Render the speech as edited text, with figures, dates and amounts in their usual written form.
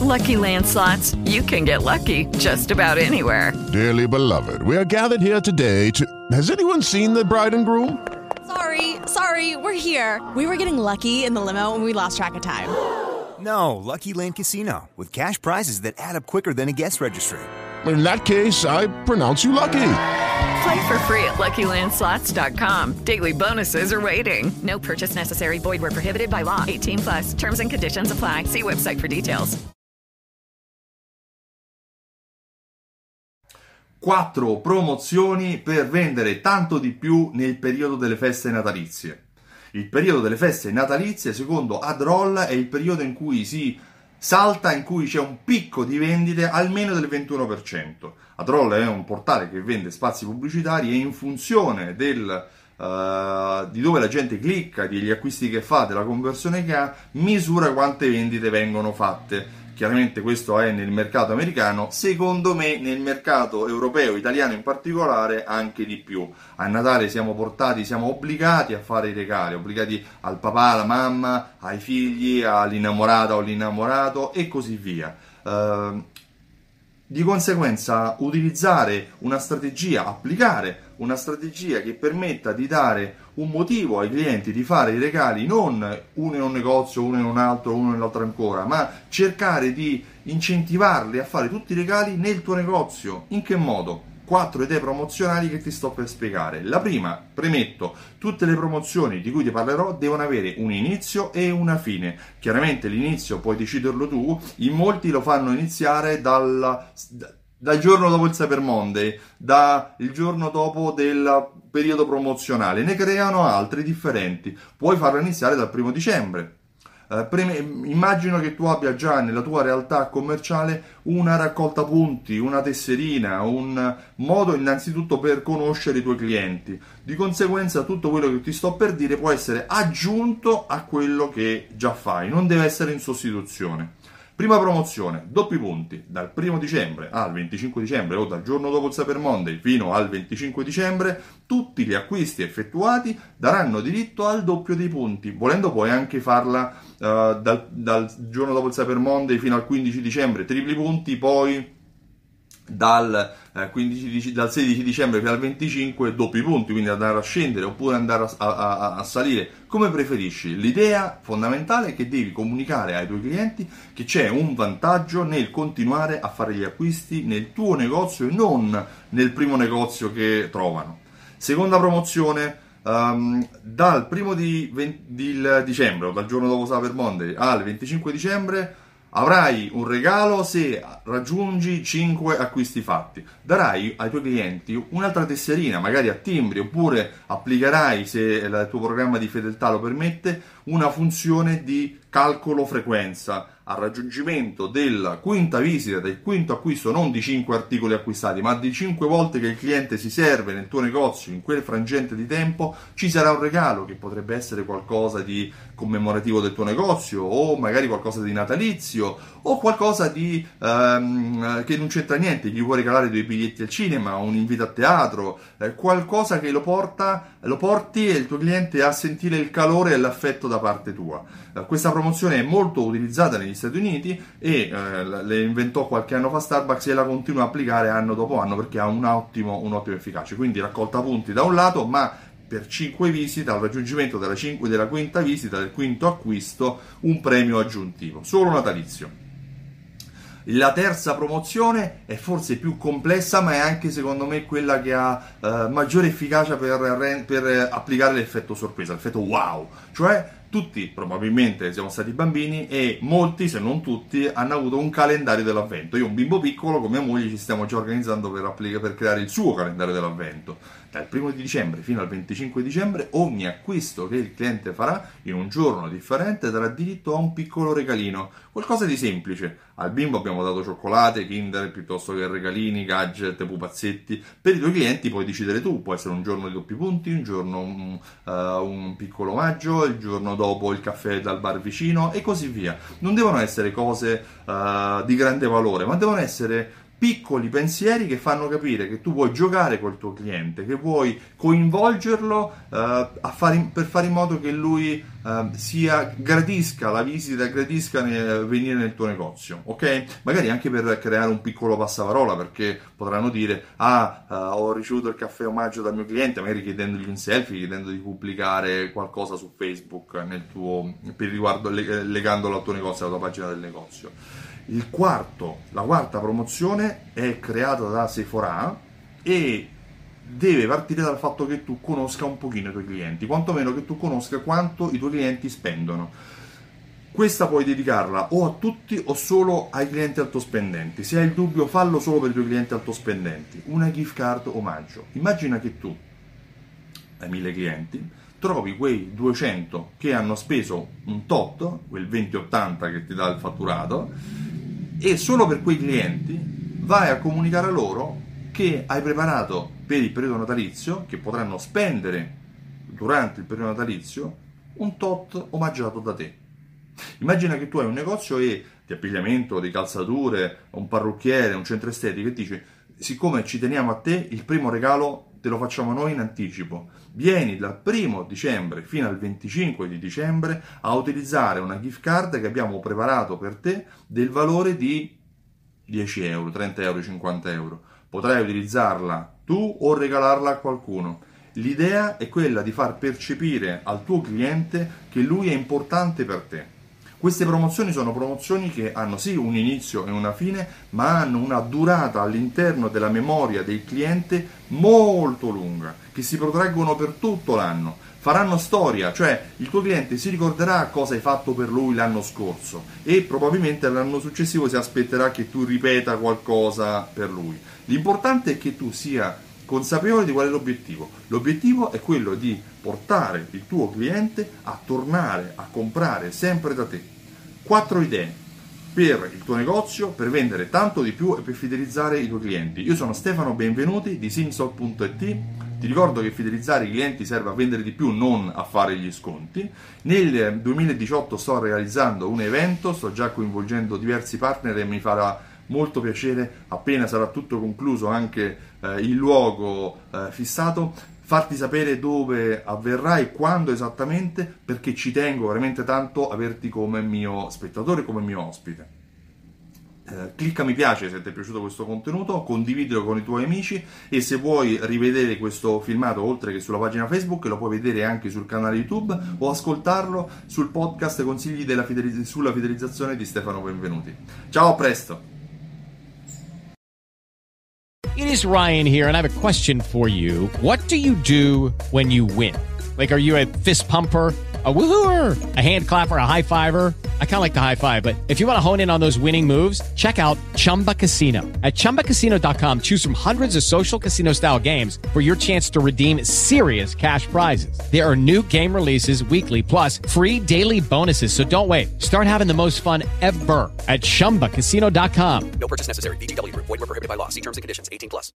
Lucky Land Slots, you can get lucky just about anywhere. Dearly beloved, we are gathered here today to... Has anyone seen the bride and groom? Sorry, we're here. We were getting lucky in the limo and we lost track of time. No, Lucky Land Casino, with cash prizes that add up quicker than a guest registry. In that case, I pronounce you lucky. Play for free at LuckyLandSlots.com. Daily bonuses are waiting. No purchase necessary. Void where prohibited by law. 18+. Terms and conditions apply. See website for details. 4 promozioni per vendere tanto di più nel periodo delle feste natalizie. Il periodo delle feste natalizie, secondo Adroll, è il periodo in cui si salta, in cui c'è un picco di vendite almeno del 21%. Adroll è un portale che vende spazi pubblicitari e in funzione di dove la gente clicca, degli acquisti che fa, della conversione che ha, misura quante vendite vengono fatte. Chiaramente questo è nel mercato americano, secondo me nel mercato europeo, italiano in particolare, anche di più. A Natale siamo obbligati a fare i regali, obbligati al papà, alla mamma, ai figli, all'innamorata o all'innamorato e così via. Di conseguenza applicare una strategia che permetta di dare un motivo ai clienti di fare i regali, non uno in un negozio, uno in un altro, uno nell'altro ancora, ma cercare di incentivarli a fare tutti i regali nel tuo negozio. In che modo? 4 idee promozionali che ti sto per spiegare. La prima, premetto, tutte le promozioni di cui ti parlerò devono avere un inizio e una fine. Chiaramente l'inizio puoi deciderlo tu, in molti lo fanno iniziare dal giorno dopo il Cyber Monday, dal giorno dopo del periodo promozionale, ne creano altri differenti. Puoi farlo iniziare dal 1 dicembre. Immagino che tu abbia già nella tua realtà commerciale una raccolta punti, una tesserina, un modo innanzitutto per conoscere i tuoi clienti. Di conseguenza tutto quello che ti sto per dire può essere aggiunto a quello che già fai, non deve essere in sostituzione. Prima promozione, doppi punti, dal 1 dicembre al 25 dicembre o dal giorno dopo il Cyber Monday fino al 25 dicembre, tutti gli acquisti effettuati daranno diritto al doppio dei punti. Volendo puoi anche farla dal giorno dopo il Cyber Monday fino al 15 dicembre, tripli punti, poi dal 16 dicembre fino al 25 doppi punti, quindi andare a scendere oppure andare a salire, come preferisci. L'idea fondamentale è che devi comunicare ai tuoi clienti che c'è un vantaggio nel continuare a fare gli acquisti nel tuo negozio e non nel primo negozio che trovano. Seconda promozione, dal 1 dicembre o dal giorno dopo Cyber Monday al 25 dicembre avrai un regalo se raggiungi 5 acquisti fatti. Darai ai tuoi clienti un'altra tesserina, magari a timbri, oppure applicherai, se il tuo programma di fedeltà lo permette, una funzione di calcolo frequenza. Al raggiungimento della quinta visita, del quinto acquisto, non di 5 articoli acquistati, ma di 5 volte che il cliente si serve nel tuo negozio in quel frangente di tempo, ci sarà un regalo che potrebbe essere qualcosa di commemorativo del tuo negozio, o magari qualcosa di natalizio, o qualcosa di che non c'entra niente. Gli puoi regalare 2 biglietti al cinema, un invito a teatro, qualcosa che lo porti e il tuo cliente a sentire il calore e l'affetto da parte tua. Questa promozione è molto utilizzata negli Stati Uniti e le inventò qualche anno fa Starbucks e la continua a applicare anno dopo anno perché ha un ottimo efficacia. Quindi raccolta punti da un lato, ma per 5 visite, al raggiungimento della quinta visita, del quinto acquisto, un premio aggiuntivo, solo natalizio. La terza promozione è forse più complessa, ma è anche secondo me quella che ha maggiore efficacia per applicare l'effetto sorpresa, l'effetto wow, cioè tutti probabilmente siamo stati bambini e molti, se non tutti, hanno avuto un calendario dell'avvento. Io ho un bimbo piccolo, con mia moglie ci stiamo già organizzando per creare il suo calendario dell'avvento. Dal 1 dicembre fino al 25 dicembre ogni acquisto che il cliente farà in un giorno differente darà diritto a un piccolo regalino, qualcosa di semplice. Al bimbo abbiamo dato cioccolate, Kinder, piuttosto che regalini, gadget, pupazzetti. Per i tuoi clienti puoi decidere tu, può essere un giorno di doppi punti, un giorno un piccolo omaggio, il giorno dopo il caffè dal bar vicino e così via. Non devono essere cose di grande valore, ma devono essere piccoli pensieri che fanno capire che tu vuoi giocare col tuo cliente, che vuoi coinvolgerlo per fare in modo che lui gradisca la visita, gradisca venire nel tuo negozio, ok? Magari anche per creare un piccolo passaparola, perché potranno dire ho ricevuto il caffè omaggio dal mio cliente, magari chiedendogli un selfie, chiedendo di pubblicare qualcosa su Facebook per riguardo, legandolo al tuo negozio, alla tua pagina del negozio. La quarta promozione è creata da Sephora e deve partire dal fatto che tu conosca un pochino i tuoi clienti, quantomeno che tu conosca quanto i tuoi clienti spendono. Questa puoi dedicarla o a tutti o solo ai clienti altospendenti. Se hai il dubbio, fallo solo per i tuoi clienti altospendenti. Una gift card omaggio. Immagina che tu hai 1000 clienti, trovi quei 200 che hanno speso un tot, quel 20-80 che ti dà il fatturato, e solo per quei clienti vai a comunicare a loro che hai preparato per il periodo natalizio, che potranno spendere durante il periodo natalizio, un tot omaggiato da te. Immagina che tu hai un negozio di abbigliamento, di calzature, un parrucchiere, un centro estetico, e dici: siccome ci teniamo a te, il primo regalo te lo facciamo noi in anticipo. Vieni dal 1 dicembre fino al 25 di dicembre a utilizzare una gift card che abbiamo preparato per te del valore di 10 euro, 30 euro, 50 euro. Potrai utilizzarla tu o regalarla a qualcuno. L'idea è quella di far percepire al tuo cliente che lui è importante per te. Queste promozioni sono promozioni che hanno sì un inizio e una fine, ma hanno una durata all'interno della memoria del cliente molto lunga, che si protraggono per tutto l'anno. Faranno storia, cioè il tuo cliente si ricorderà cosa hai fatto per lui l'anno scorso e probabilmente l'anno successivo si aspetterà che tu ripeta qualcosa per lui. L'importante è che tu sia consapevole di qual è l'obiettivo. L'obiettivo è quello di portare il tuo cliente a tornare a comprare sempre da te. 4 idee per il tuo negozio, per vendere tanto di più e per fidelizzare i tuoi clienti. Io sono Stefano Benvenuti di Simsol.it. Ti ricordo che fidelizzare i clienti serve a vendere di più, non a fare gli sconti. Nel 2018 sto realizzando un evento, sto già coinvolgendo diversi partner e mi farà molto piacere, appena sarà tutto concluso, anche il luogo fissato, farti sapere dove avverrà e quando esattamente, perché ci tengo veramente tanto averti come mio spettatore, come mio ospite. Clicca mi piace se ti è piaciuto questo contenuto, condividilo con i tuoi amici e se vuoi rivedere questo filmato oltre che sulla pagina Facebook lo puoi vedere anche sul canale YouTube o ascoltarlo sul podcast Consigli sulla fidelizzazione di Stefano Benvenuti. Ciao, a presto! It is Ryan here, and I have a question for you. What do you do when you win? Like, are you a fist pumper, a woohooer, a hand clapper, a high fiver? I kind of like the high five, but if you want to hone in on those winning moves, check out Chumba Casino. At ChumbaCasino.com, choose from hundreds of social casino-style games for your chance to redeem serious cash prizes. There are new game releases weekly, plus free daily bonuses, so don't wait. Start having the most fun ever at ChumbaCasino.com. No purchase necessary. VGW Group. Void where prohibited by law. See terms and conditions. 18+.